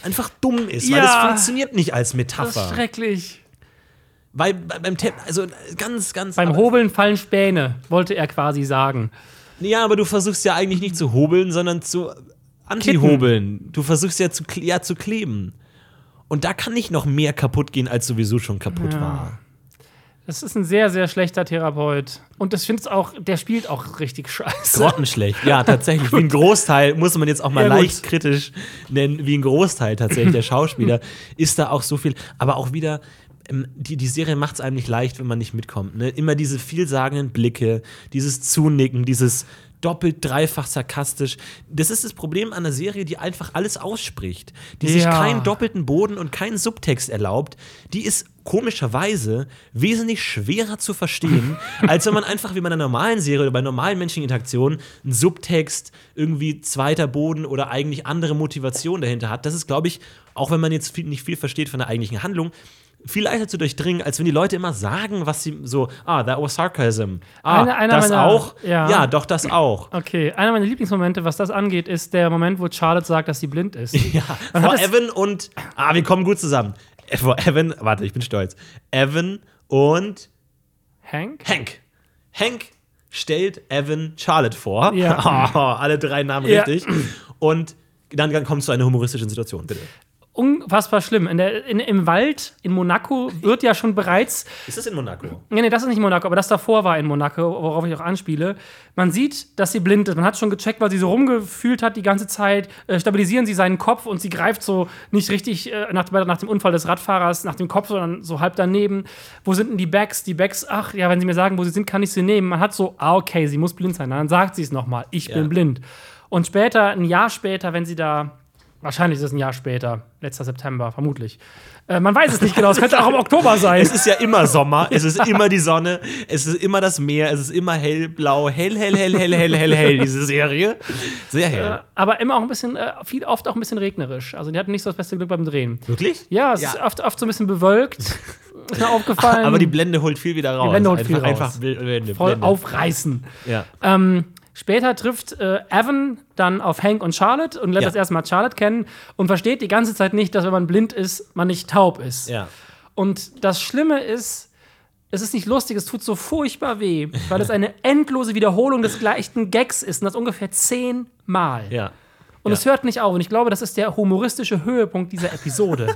einfach dumm ist, weil Ja. es funktioniert nicht als Das Metapher. ist schrecklich. Weil bei- beim Te also ganz, ganz. Beim aber- Hobeln fallen Späne, wollte er quasi sagen. Ja, aber du versuchst ja eigentlich nicht zu hobeln, sondern zu anti-hobeln. Du versuchst ja zu, kle- ja zu kleben. Und da kann nicht noch mehr kaputt gehen, als sowieso schon kaputt Ja. war. Das ist ein sehr, sehr schlechter Therapeut. Und das find's auch, der spielt auch richtig scheiße. Grottenschlecht. Ja, tatsächlich. Wie ein Großteil, muss man jetzt auch mal Ja, gut. leicht kritisch nennen, wie ein Großteil tatsächlich der Schauspieler, ist da auch so viel. Aber auch wieder, ähm, die, die Serie macht es einem nicht leicht, wenn man nicht mitkommt. Ne? Immer diese vielsagenden Blicke, dieses Zunicken, dieses doppelt, dreifach sarkastisch. Das ist das Problem an einer Serie, die einfach alles ausspricht. Die sich Ja. keinen doppelten Boden und keinen Subtext erlaubt. Die ist komischerweise wesentlich schwerer zu verstehen, als wenn man einfach wie bei einer normalen Serie oder bei normalen menschlichen Interaktionen einen Subtext, irgendwie zweiter Boden oder eigentlich andere Motivation dahinter hat. Das ist, glaube ich, auch wenn man jetzt viel, nicht viel versteht von der eigentlichen Handlung, viel leichter zu durchdringen, als wenn die Leute immer sagen, was sie so, ah, that was sarcasm. Ah, Eine- einer das meiner- auch? ja. Ja, doch, das auch. Okay, einer meiner Lieblingsmomente, was das angeht, ist der Moment, wo Charlotte sagt, dass sie blind ist. Ja, Man vor hat es- Evan und, ah, wir kommen gut zusammen. Äh, Vor Evan, warte, ich bin stolz. Evan und Hank? Hank. Hank stellt Evan Charlotte vor. Ja. Oh, alle drei Namen Ja. richtig. Und dann, dann kommt es zu einer humoristischen Situation, bitte. Unfassbar schlimm. In der, in, Im Wald in Monaco wird ja schon bereits. Ist das in Monaco? Nee, nee, das ist nicht Monaco, aber das davor war in Monaco, worauf ich auch anspiele. Man sieht, dass sie blind ist. Man hat schon gecheckt, weil sie so rumgefühlt hat die ganze Zeit. Äh, stabilisieren sie seinen Kopf und sie greift so nicht richtig äh, nach, nach dem Unfall des Radfahrers nach dem Kopf, sondern so halb daneben. Wo sind denn die Bags? Die Bags, ach ja, wenn sie mir sagen, wo sie sind, kann ich sie nehmen. Man hat so, ah, okay, sie muss blind sein. Dann sagt sie es nochmal, ich Ja. bin blind. Und später, ein Jahr später, wenn sie da. Wahrscheinlich ist es ein Jahr später, letzter September, vermutlich. Äh, man weiß es nicht genau, es könnte auch im Oktober sein. Es ist ja immer Sommer, es ist immer die Sonne, es ist immer das Meer, es ist immer hellblau, hell, hell, hell, hell, hell, hell, hell, diese Serie. Sehr hell. Äh, aber immer auch ein bisschen, äh, viel, oft auch ein bisschen regnerisch. Also die hatten nicht so das beste Glück beim Drehen. Wirklich? Ja, es Ja. ist oft, oft so ein bisschen bewölkt. Ist mir aufgefallen. Aber die Blende holt viel wieder raus. Blende holt einfach, viel raus. Einfach Blende, voll Blende. aufreißen. Ja. Ähm, später trifft äh, Evan dann auf Hank und Charlotte und lernt Ja. das erste Mal Charlotte kennen und versteht die ganze Zeit nicht, dass wenn man blind ist, man nicht taub ist. Ja. Und das Schlimme ist, es ist nicht lustig, es tut so furchtbar weh, weil es eine endlose Wiederholung des gleichen Gags ist und das ungefähr zehnmal. Ja. Und Ja. es hört nicht auf. Und ich glaube, das ist der humoristische Höhepunkt dieser Episode.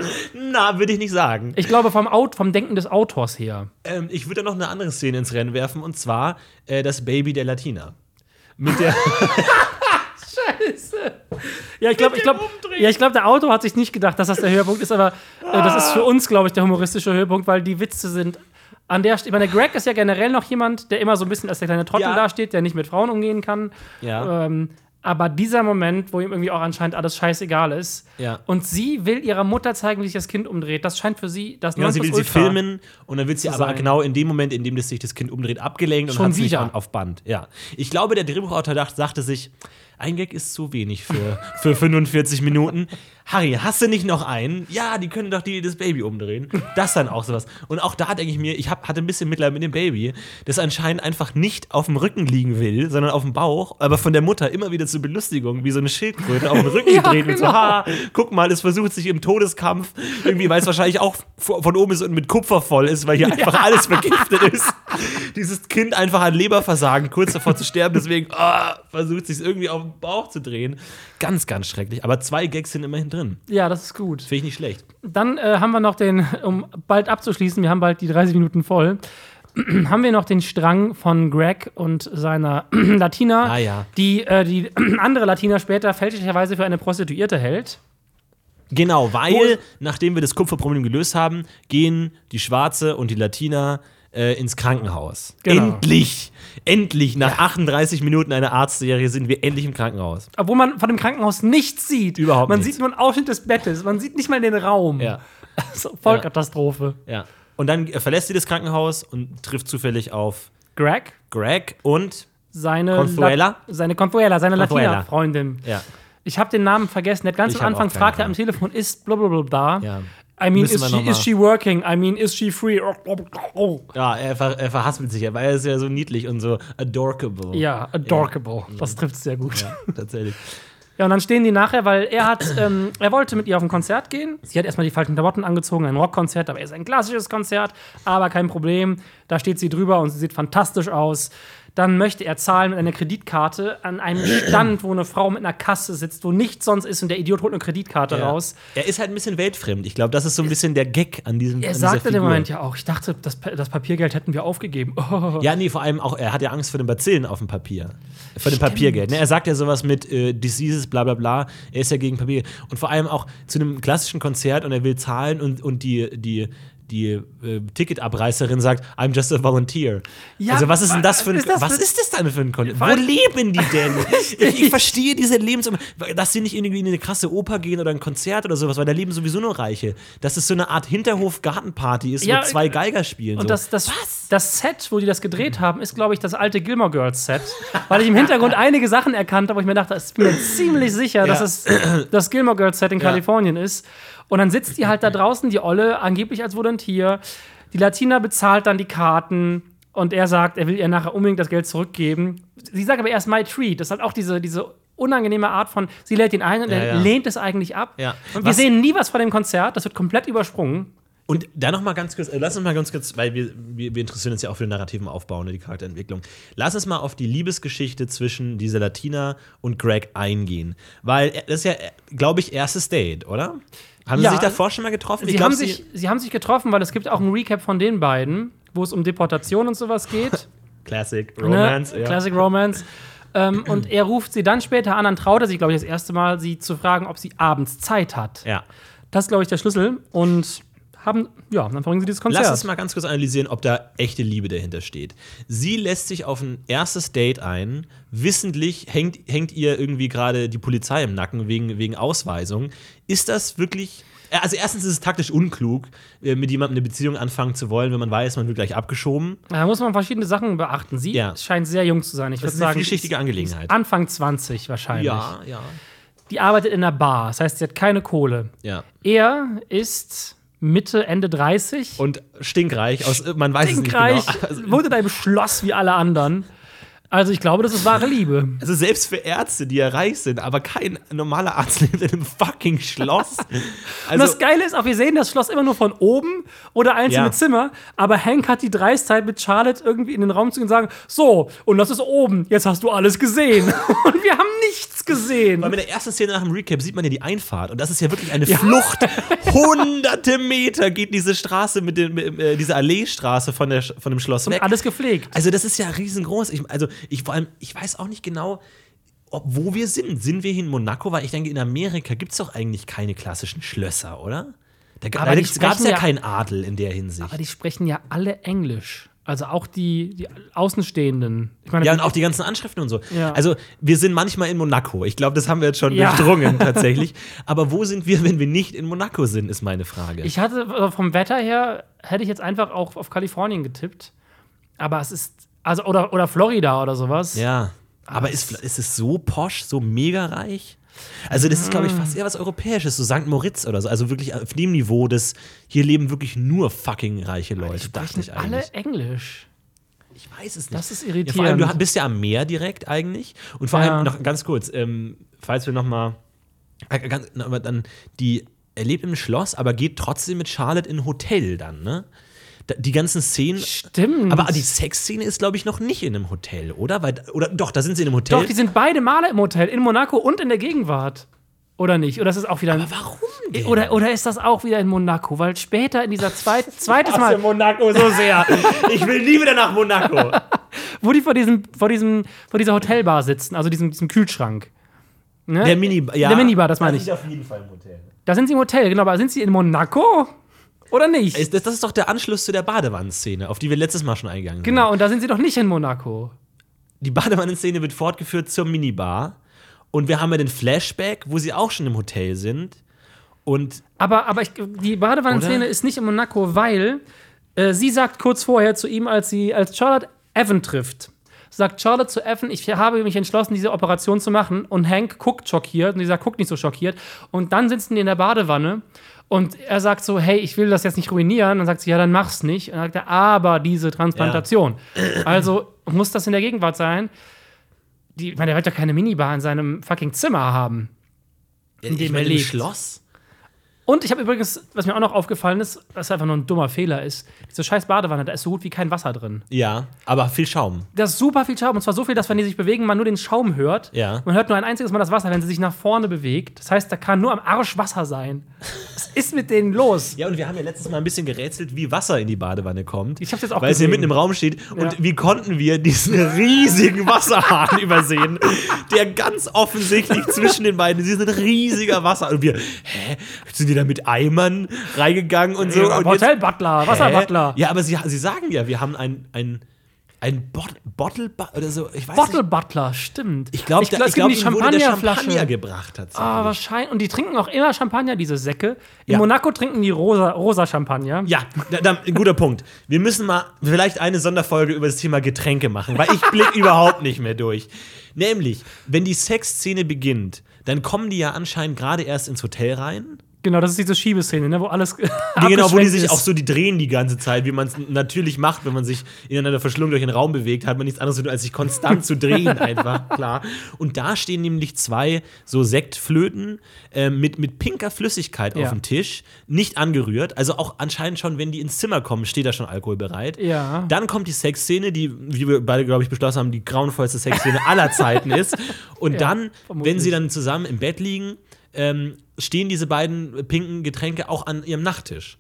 Na, würde ich nicht sagen. Ich glaube, vom, Aut vom Denken des Autors her. Ähm, ich würde da noch eine andere Szene ins Rennen werfen, und zwar äh, das Baby der Latina. Mit der. Scheiße. Ja, ich glaube, ich dem glaube, Umdrehen. ja, ich glaube, der Autor hat sich nicht gedacht, dass das der Höhepunkt ist, aber äh, das ist für uns, glaube ich, der humoristische Höhepunkt, weil die Witze sind an der St Ich meine, Greg ist ja generell noch jemand, der immer so ein bisschen als der kleine Trottel Ja. dasteht, der nicht mit Frauen umgehen kann. Ja. Ähm, aber dieser Moment, wo ihm irgendwie auch anscheinend alles scheißegal ist, Ja. und sie will ihrer Mutter zeigen, wie sich das Kind umdreht, das scheint für sie das Ja, sie will sie Nonplusultra. filmen und dann wird sie zu aber sein. genau in dem Moment, in dem das sich das Kind umdreht, abgelenkt und Schon hat es nicht wieder. on- auf Band. Ja. Ich glaube, der Drehbuchautor dacht, sagte sich, ein Gag ist zu wenig für, für fünfundvierzig Minuten. Harry, hast du nicht noch einen? Ja, die können doch die das Baby umdrehen. Das dann auch sowas. Und auch da denke ich mir, ich hab, hatte ein bisschen Mitleid mit dem Baby, das anscheinend einfach nicht auf dem Rücken liegen will, sondern auf dem Bauch, aber von der Mutter immer wieder zur Belustigung, wie so eine Schildkröte auf den Rücken Ja, gedreht und so, genau. ha, guck mal, es versucht sich im Todeskampf, irgendwie, weil es wahrscheinlich auch v- von oben ist und mit Kupfer voll ist, weil hier einfach alles vergiftet ist. Dieses Kind einfach an Leberversagen, kurz davor zu sterben, deswegen ah, versucht sich irgendwie auf den Bauch zu drehen. Ganz, ganz schrecklich. Aber zwei Gags sind immerhin drin. Ja, das ist gut. Finde ich nicht schlecht. Dann äh, haben wir noch den, um bald abzuschließen, wir haben bald die dreißig Minuten voll, haben wir noch den Strang von Greg und seiner Latina, Ah, ja. die äh, die andere Latina später fälschlicherweise für eine Prostituierte hält. Genau, weil, Wo- nachdem wir das Kupferproblem gelöst haben, gehen die Schwarze und die Latina äh, ins Krankenhaus. Genau. Endlich! Endlich! Nach achtunddreißig Minuten einer Arztserie sind wir endlich im Krankenhaus. Obwohl man von dem Krankenhaus nichts sieht. Überhaupt Man nichts. sieht nur einen Ausschnitt des Bettes. Man sieht nicht mal den Raum. Ja. So, Vollkatastrophe. Ja. Und dann äh, verlässt sie das Krankenhaus und trifft zufällig auf Greg, Greg und seine Consuela? La seine Consuela, seine Consuela. Latina-Freundin. ja. Ich habe den Namen vergessen. Der hat ganz Ich am hab Anfang auch keine fragt er am Ahnung. Telefon, ist blablabla da. Ja. I mean, Müssen is wir she, noch mal- is she working? I mean, is she free? Ja, er, ver er verhaspelt sich ja, weil er ist ja so niedlich und so adorkable. Ja, adorkable. Das trifft sehr gut. Ja, tatsächlich. Ja, und dann stehen die nachher, weil er hat, ähm, er wollte mit ihr auf ein Konzert gehen. Sie hat erstmal die falschen Klamotten angezogen, ein Rockkonzert, aber es ist ein klassisches Konzert, aber kein Problem. Da steht sie drüber und sie sieht fantastisch aus. Dann möchte er zahlen mit einer Kreditkarte an einem Stand, wo eine Frau mit einer Kasse sitzt, wo nichts sonst ist und der Idiot holt eine Kreditkarte Ja. raus. Er ist halt ein bisschen weltfremd. Ich glaube, das ist so ein bisschen der Gag an diesem Er an sagte in dem Figur. Moment ja auch, ich dachte, das, Pa- das Papiergeld hätten wir aufgegeben. Oh. Ja, nee, vor allem auch, er hat ja Angst vor den Bazillen auf dem Papier. Vor dem Papiergeld. Ne? Er sagt ja sowas mit äh, Diseases, bla bla bla. Er ist ja gegen Papier. Und vor allem auch zu einem klassischen Konzert und er will zahlen und, und die, die, die äh, Ticketabreißerin sagt, I'm just a volunteer. Ja, also was ist denn das für ein, ist das was für- ist das denn für ein Konzert? Wo allem- leben die denn? ich, ich verstehe diese Lebens... Dass sie nicht irgendwie in eine krasse Oper gehen oder ein Konzert oder sowas, weil da leben sowieso nur Reiche. Dass es so eine Art Hinterhof-Gartenparty ist, Ja, wo zwei Geiger spielen. Und so. das, das, das Set, wo die das gedreht haben, ist, glaube ich, das alte Gilmore Girls Set. Weil ich im Hintergrund einige Sachen erkannt habe, wo ich mir dachte, ich bin mir ziemlich sicher, dass Ja. es das Gilmore Girls Set in Ja. Kalifornien ist. Und dann sitzt die halt da draußen, die Olle, angeblich als Volunteer. Die Latina bezahlt dann die Karten. Und er sagt, er will ihr nachher unbedingt das Geld zurückgeben. Sie sagt aber erst my treat. Das ist halt auch diese, diese unangenehme Art von, sie lädt ihn ein und Ja, er ja. lehnt es eigentlich ab. Ja. Und wir Was- sehen nie was von dem Konzert. Das wird komplett übersprungen. Und da noch mal ganz kurz, äh, lass uns mal ganz kurz, weil wir, wir, wir interessieren uns ja auch für den narrativen Aufbau, ne, die Charakterentwicklung. Lass uns mal auf die Liebesgeschichte zwischen dieser Latina und Greg eingehen. Weil äh, das ist ja, glaube ich, erstes Date, oder? Haben Ja. sie sich davor schon mal getroffen? Sie Ich glaub, haben, sich, sie haben sich getroffen, weil es gibt auch ein Recap von den beiden, wo es um Deportation und sowas geht. Classic Romance, ne? ja. Classic Romance. ähm, und er ruft sie dann später an, dann traut er sich, glaube ich, das erste Mal, sie zu fragen, ob sie abends Zeit hat. Ja. Das ist, glaube ich, der Schlüssel. Und haben, ja, dann verbringen sie dieses Konzert. Lass uns mal ganz kurz analysieren, ob da echte Liebe dahinter steht. Sie lässt sich auf ein erstes Date ein. Wissentlich hängt, hängt ihr irgendwie gerade die Polizei im Nacken wegen, wegen Ausweisung. Ist das wirklich. Also, erstens ist es taktisch unklug, äh, mit jemandem eine Beziehung anfangen zu wollen, wenn man weiß, man wird gleich abgeschoben. Da muss man verschiedene Sachen beachten. Sie Ja. scheint sehr jung zu sein. Ich Das würde ist eine sagen, vielschichtige sie ist- Angelegenheit. sie ist Anfang zwanzig wahrscheinlich. ja. Die arbeitet in einer Bar, das heißt, sie hat keine Kohle. Ja. Er ist Mitte, Ende dreißig. Und stinkreich, aus, man weiß Stinkreich, es nicht genau. Also, wohnt in einem Schloss wie alle anderen. Also ich glaube, das ist wahre Liebe. also selbst für Ärzte, die ja reich sind, aber kein normaler Arzt lebt in einem fucking Schloss. Und Also, das Geile ist auch, wir sehen das Schloss immer nur von oben oder einzelne Ja. Zimmer, aber Hank hat die Dreistheit, mit Charlotte irgendwie in den Raum zu gehen und sagen, so, und das ist oben, jetzt hast du alles gesehen. Und wir haben nichts gesehen. weil mit der ersten Szene nach dem Recap sieht man ja die Einfahrt und das ist ja wirklich eine Flucht. Hunderte Meter geht diese Straße mit dem, mit, äh, diese Alleestraße von, der, von dem Schloss weg. Alles gepflegt. Also das ist ja riesengroß. Ich, also ich vor allem, ich weiß auch nicht genau, ob, wo wir sind. Sind wir hier in Monaco? Weil ich denke, in Amerika gibt es doch eigentlich keine klassischen Schlösser, oder? Da, Aber da die gab es sprechen ja ja- keinen Adel in der Hinsicht. Aber die sprechen ja alle Englisch. Also auch die, die Außenstehenden. Ich meine, Ja, und auch die ganzen Anschriften und so. Ja. Also, wir sind manchmal in Monaco. Ich glaube, das haben wir jetzt schon Ja. durchdrungen, tatsächlich. Aber wo sind wir, wenn wir nicht in Monaco sind, ist meine Frage. Ich hatte äh, vom Wetter her, hätte ich jetzt einfach auch auf Kalifornien getippt. Aber es ist, also, oder, oder Florida oder sowas. ja. Aber es- ist, ist es so posch, so mega reich? Also, das ist, glaube ich, fast eher was Europäisches, so Sankt Moritz oder so. Also wirklich auf dem Niveau, dass hier leben wirklich nur fucking reiche Leute, dachte Sprechen ich alle eigentlich. Englisch. Ich weiß es nicht. Das ist Ja, vor allem, irritierend. du bist ja am Meer direkt eigentlich. Und vor Ja. allem noch ganz kurz, ähm, falls wir noch mal äh, ganz, na, aber dann die er lebt im Schloss, aber geht trotzdem mit Charlotte in ein Hotel dann, ne? Da, die ganzen Szenen. Stimmt. Aber die Sexszene ist, glaube ich, noch nicht in einem Hotel, oder? Weil, oder doch, da sind sie in einem Hotel. Doch, die sind beide Male im Hotel, in Monaco und in der Gegenwart. Oder nicht? Oder ist das auch wieder. aber warum denn? Oder, oder ist das auch wieder in Monaco? Weil später in dieser zweit, zweites Mal, Monaco so sehr. Ich will nie wieder nach Monaco. wo die vor diesem, vor diesem, vor dieser Hotelbar sitzen, also diesem, diesem Kühlschrank. Ne? Der Minibar, ja. Der Minibar, das meine Das ich. ist auf jeden Fall im Hotel. Da sind sie im Hotel, genau, aber sind sie in Monaco? Oder nicht? Ist- Das, das ist doch der Anschluss zu der Badewannenszene, auf die wir letztes Mal schon eingegangen sind. Genau, und da sind sie doch nicht in Monaco. Die Badewannenszene wird fortgeführt zur Minibar. Und wir haben ja den Flashback, wo sie auch schon im Hotel sind. Und Aber, aber ich, die Badewannenszene Oder? ist nicht in Monaco, weil äh, sie sagt kurz vorher zu ihm, als sie als Charlotte Evan trifft, sagt Charlotte zu Evan, ich habe mich entschlossen, diese Operation zu machen. Und Hank guckt schockiert und sie sagt, guck nicht so schockiert. Und dann sitzen die in der Badewanne und er sagt so, hey, ich will das jetzt nicht ruinieren. Und dann sagt sie, ja, dann mach's nicht. Und dann sagt er, aber diese Transplantation. Also muss das in der Gegenwart sein. die, ich meine, der wird ja keine Minibar in seinem fucking Zimmer haben. In dem ich er meine, im lebt. Schloss? Und ich habe übrigens, was mir auch noch aufgefallen ist, was einfach nur ein dummer Fehler ist, diese scheiß Badewanne, da ist so gut wie kein Wasser drin. Ja, aber viel Schaum. Da ist super viel Schaum, und zwar so viel, dass, wenn die sich bewegen, man nur den Schaum hört. Ja. Man hört nur ein einziges Mal das Wasser, wenn sie sich nach vorne bewegt. Das heißt, da kann nur am Arsch Wasser sein. Was ist mit denen los? Ja, und wir haben ja letztes Mal ein bisschen gerätselt, wie Wasser in die Badewanne kommt. Ich hab's jetzt auch Weil es hier gesehen. mitten im Raum steht. Ja. Und wie konnten wir diesen riesigen Wasserhahn übersehen, der ganz offensichtlich zwischen den beiden, diesen riesiger Wasser. Und wir, hä, sind die da mit Eimern reingegangen und so? Ja, und Hotel-Butler, Wasser-Butler. Ja, aber sie, sie sagen ja, wir haben ein, ein, ein Bot Bottle Bu- oder so. Ich weiß Bottle nicht. Butler, stimmt. Ich glaube, glaub, ich es gibt glaub, die ihnen wurde der Champagnerflasche. Champagner gebracht tatsächlich. Ah, wahrscheinlich. Und die trinken auch immer Champagner, diese Säcke. In Ja. Monaco trinken die rosa, rosa Champagner. Ja, da, da, ein guter Punkt. Wir müssen mal vielleicht eine Sonderfolge über das Thema Getränke machen, weil ich blick überhaupt nicht mehr durch. Nämlich, wenn die Sexszene beginnt, dann kommen die ja anscheinend gerade erst ins Hotel rein. Genau, das ist diese Schiebeszene, ne, wo alles Die, genau, wo die sich ist. auch so die drehen die ganze Zeit, wie man es natürlich macht, wenn man sich ineinander verschlungen durch den Raum bewegt, hat man nichts anderes zu tun, als sich konstant zu drehen, einfach, klar. Und da stehen nämlich zwei so Sektflöten äh, mit, mit pinker Flüssigkeit Ja. auf dem Tisch, nicht angerührt. Also auch anscheinend schon, wenn die ins Zimmer kommen, steht da schon Alkohol bereit. Ja. Dann kommt die Sexszene, die, wie wir beide, glaube ich, beschlossen haben, die grauenvollste Sexszene aller Zeiten ist. Und Ja, dann, vermutlich. wenn sie dann zusammen im Bett liegen, ähm, stehen diese beiden pinken Getränke auch an ihrem Nachttisch.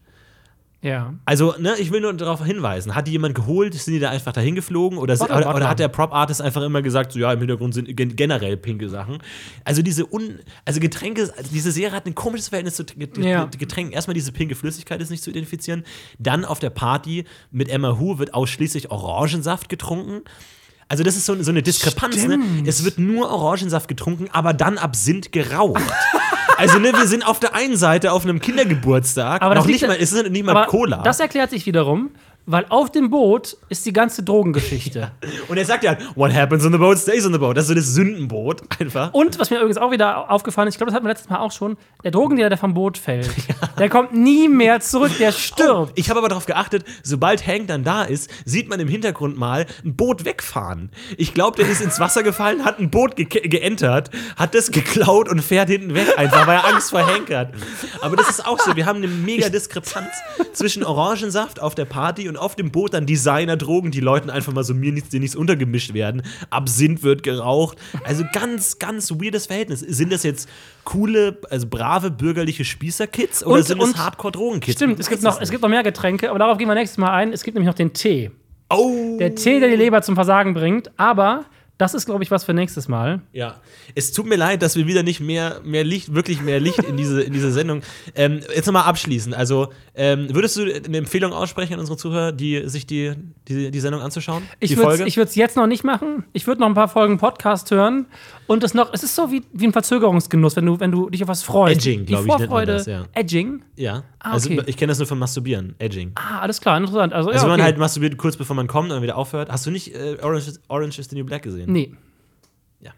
Ja. Also, ne, ich will nur darauf hinweisen. Hat die jemand geholt? Sind die da einfach dahin geflogen? Oder, Bottle, oder, Bottle. oder hat der Prop-Artist einfach immer gesagt, so ja, im Hintergrund sind gen generell pinke Sachen? Also, diese un also Getränke, also diese Serie hat ein komisches Verhältnis zu Get Ja. Getränken. Erstmal diese pinke Flüssigkeit ist nicht zu identifizieren. Dann auf der Party mit Emma Hu wird ausschließlich Orangensaft getrunken. Also, das ist so, so eine Diskrepanz. Ne? Stimmt. Es wird nur Orangensaft getrunken, aber dann Absinth geraucht. Also, ne, wir sind auf der einen Seite auf einem Kindergeburtstag, Aber das noch nicht liegt- mal, es ist nicht mal Aber Cola. das erklärt sich wiederum, weil auf dem Boot ist die ganze Drogengeschichte. Und er sagt ja, what happens on the boat stays on the boat. Das ist so das Sündenboot einfach. Und was mir übrigens auch wieder aufgefallen ist, ich glaube, das hatten wir letztes Mal auch schon, der Drogendealer, der vom Boot fällt, der kommt nie mehr zurück, der stirbt. Ich habe aber darauf geachtet, sobald Hank dann da ist, sieht man im Hintergrund mal ein Boot wegfahren. Ich glaube, der ist ins Wasser gefallen, hat ein Boot ge geentert, hat das geklaut und fährt hinten weg einfach, weil er Angst vor Hank hat. Aber das ist auch so, wir haben eine mega Diskrepanz zwischen Orangensaft auf der Party und auf dem Boot dann Designer-Drogen, die Leuten einfach mal so mir nichts, dir nichts untergemischt werden. Absinth wird geraucht. Also ganz, ganz weirdes Verhältnis. Sind das jetzt coole, also brave bürgerliche Spießer-Kids oder Und- sind das und- Hardcore-Drogen-Kids? Stimmt, Ich es weiß gibt, noch, es es gibt noch mehr Getränke, aber darauf gehen wir nächstes Mal ein. Es gibt nämlich noch den Tee. Oh! Der Tee, der die Leber zum Versagen bringt, aber das ist, glaube ich, was für nächstes Mal. Ja, es tut mir leid, dass wir wieder nicht mehr, mehr Licht, wirklich mehr Licht in diese, in diese Sendung. Ähm, jetzt nochmal abschließen. Also, ähm, würdest du eine Empfehlung aussprechen an unsere Zuhörer, die sich die, die, die Sendung anzuschauen? Ich die würde es jetzt noch nicht machen. Ich würde noch ein paar Folgen Podcast hören. Und es noch, es ist so wie, wie ein Verzögerungsgenuss, wenn du, wenn du dich auf was freust. Edging, Die glaub ich, nennt man Vorfreude. das, ja. Edging? Ja. Ah, Also, okay. ich kenne das nur vom Masturbieren. Edging. Ah, alles klar, interessant. Also, Also, ja, wenn okay. man halt masturbiert, kurz bevor man kommt und dann wieder aufhört. Hast du nicht äh, Orange, is, Orange is the New Black gesehen? Nee. Ja.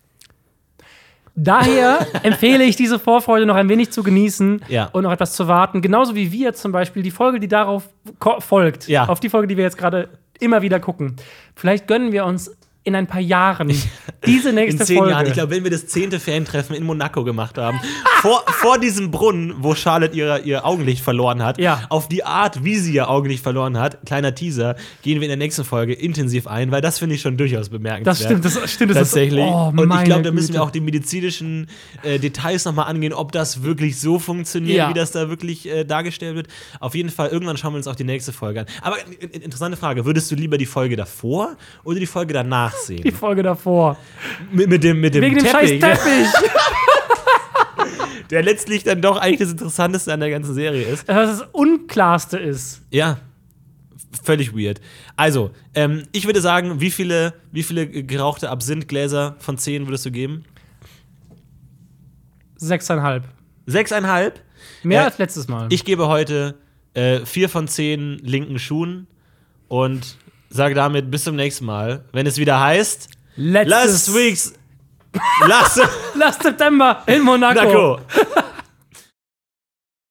Daher empfehle ich diese Vorfreude noch ein wenig zu genießen Ja. und noch etwas zu warten. Genauso wie wir zum Beispiel die Folge, die darauf ko- folgt, Ja. auf die Folge, die wir jetzt gerade immer wieder gucken. Vielleicht gönnen wir uns in ein paar Jahren diese nächste In zehn Folge. Jahren. Ich glaube, wenn wir das zehnte Fan-Treffen in Monaco gemacht haben, vor, vor diesem Brunnen, wo Charlotte ihre, ihr Augenlicht verloren hat, Ja. auf die Art, wie sie ihr Augenlicht verloren hat, kleiner Teaser, gehen wir in der nächsten Folge intensiv ein, weil das finde ich schon durchaus bemerkenswert. Das stimmt, das stimmt. Das Tatsächlich. Ist, oh, und ich meine glaube, da müssen Güte. wir auch die medizinischen äh, Details nochmal angehen, ob das wirklich so funktioniert, Ja. wie das da wirklich äh, dargestellt wird. Auf jeden Fall, irgendwann schauen wir uns auch die nächste Folge an. Aber äh, interessante Frage, würdest du lieber die Folge davor oder die Folge danach sehen? die Folge davor. Mit, mit dem, mit dem Wegen dem scheiß Teppich, ne? Teppich. der letztlich dann doch eigentlich das Interessanteste an der ganzen Serie ist. Was das Unklarste ist. Ja, f- völlig weird. Also, ähm, ich würde sagen, wie viele, wie viele gerauchte Absinthgläser von zehn würdest du geben? Sechseinhalb. Sechseinhalb? Mehr Äh, als letztes Mal. Ich gebe heute äh, vier von zehn linken Schuhen und sage damit bis zum nächsten Mal, wenn es wieder heißt Letztes Last Week's Last Last September in Monaco. Monaco.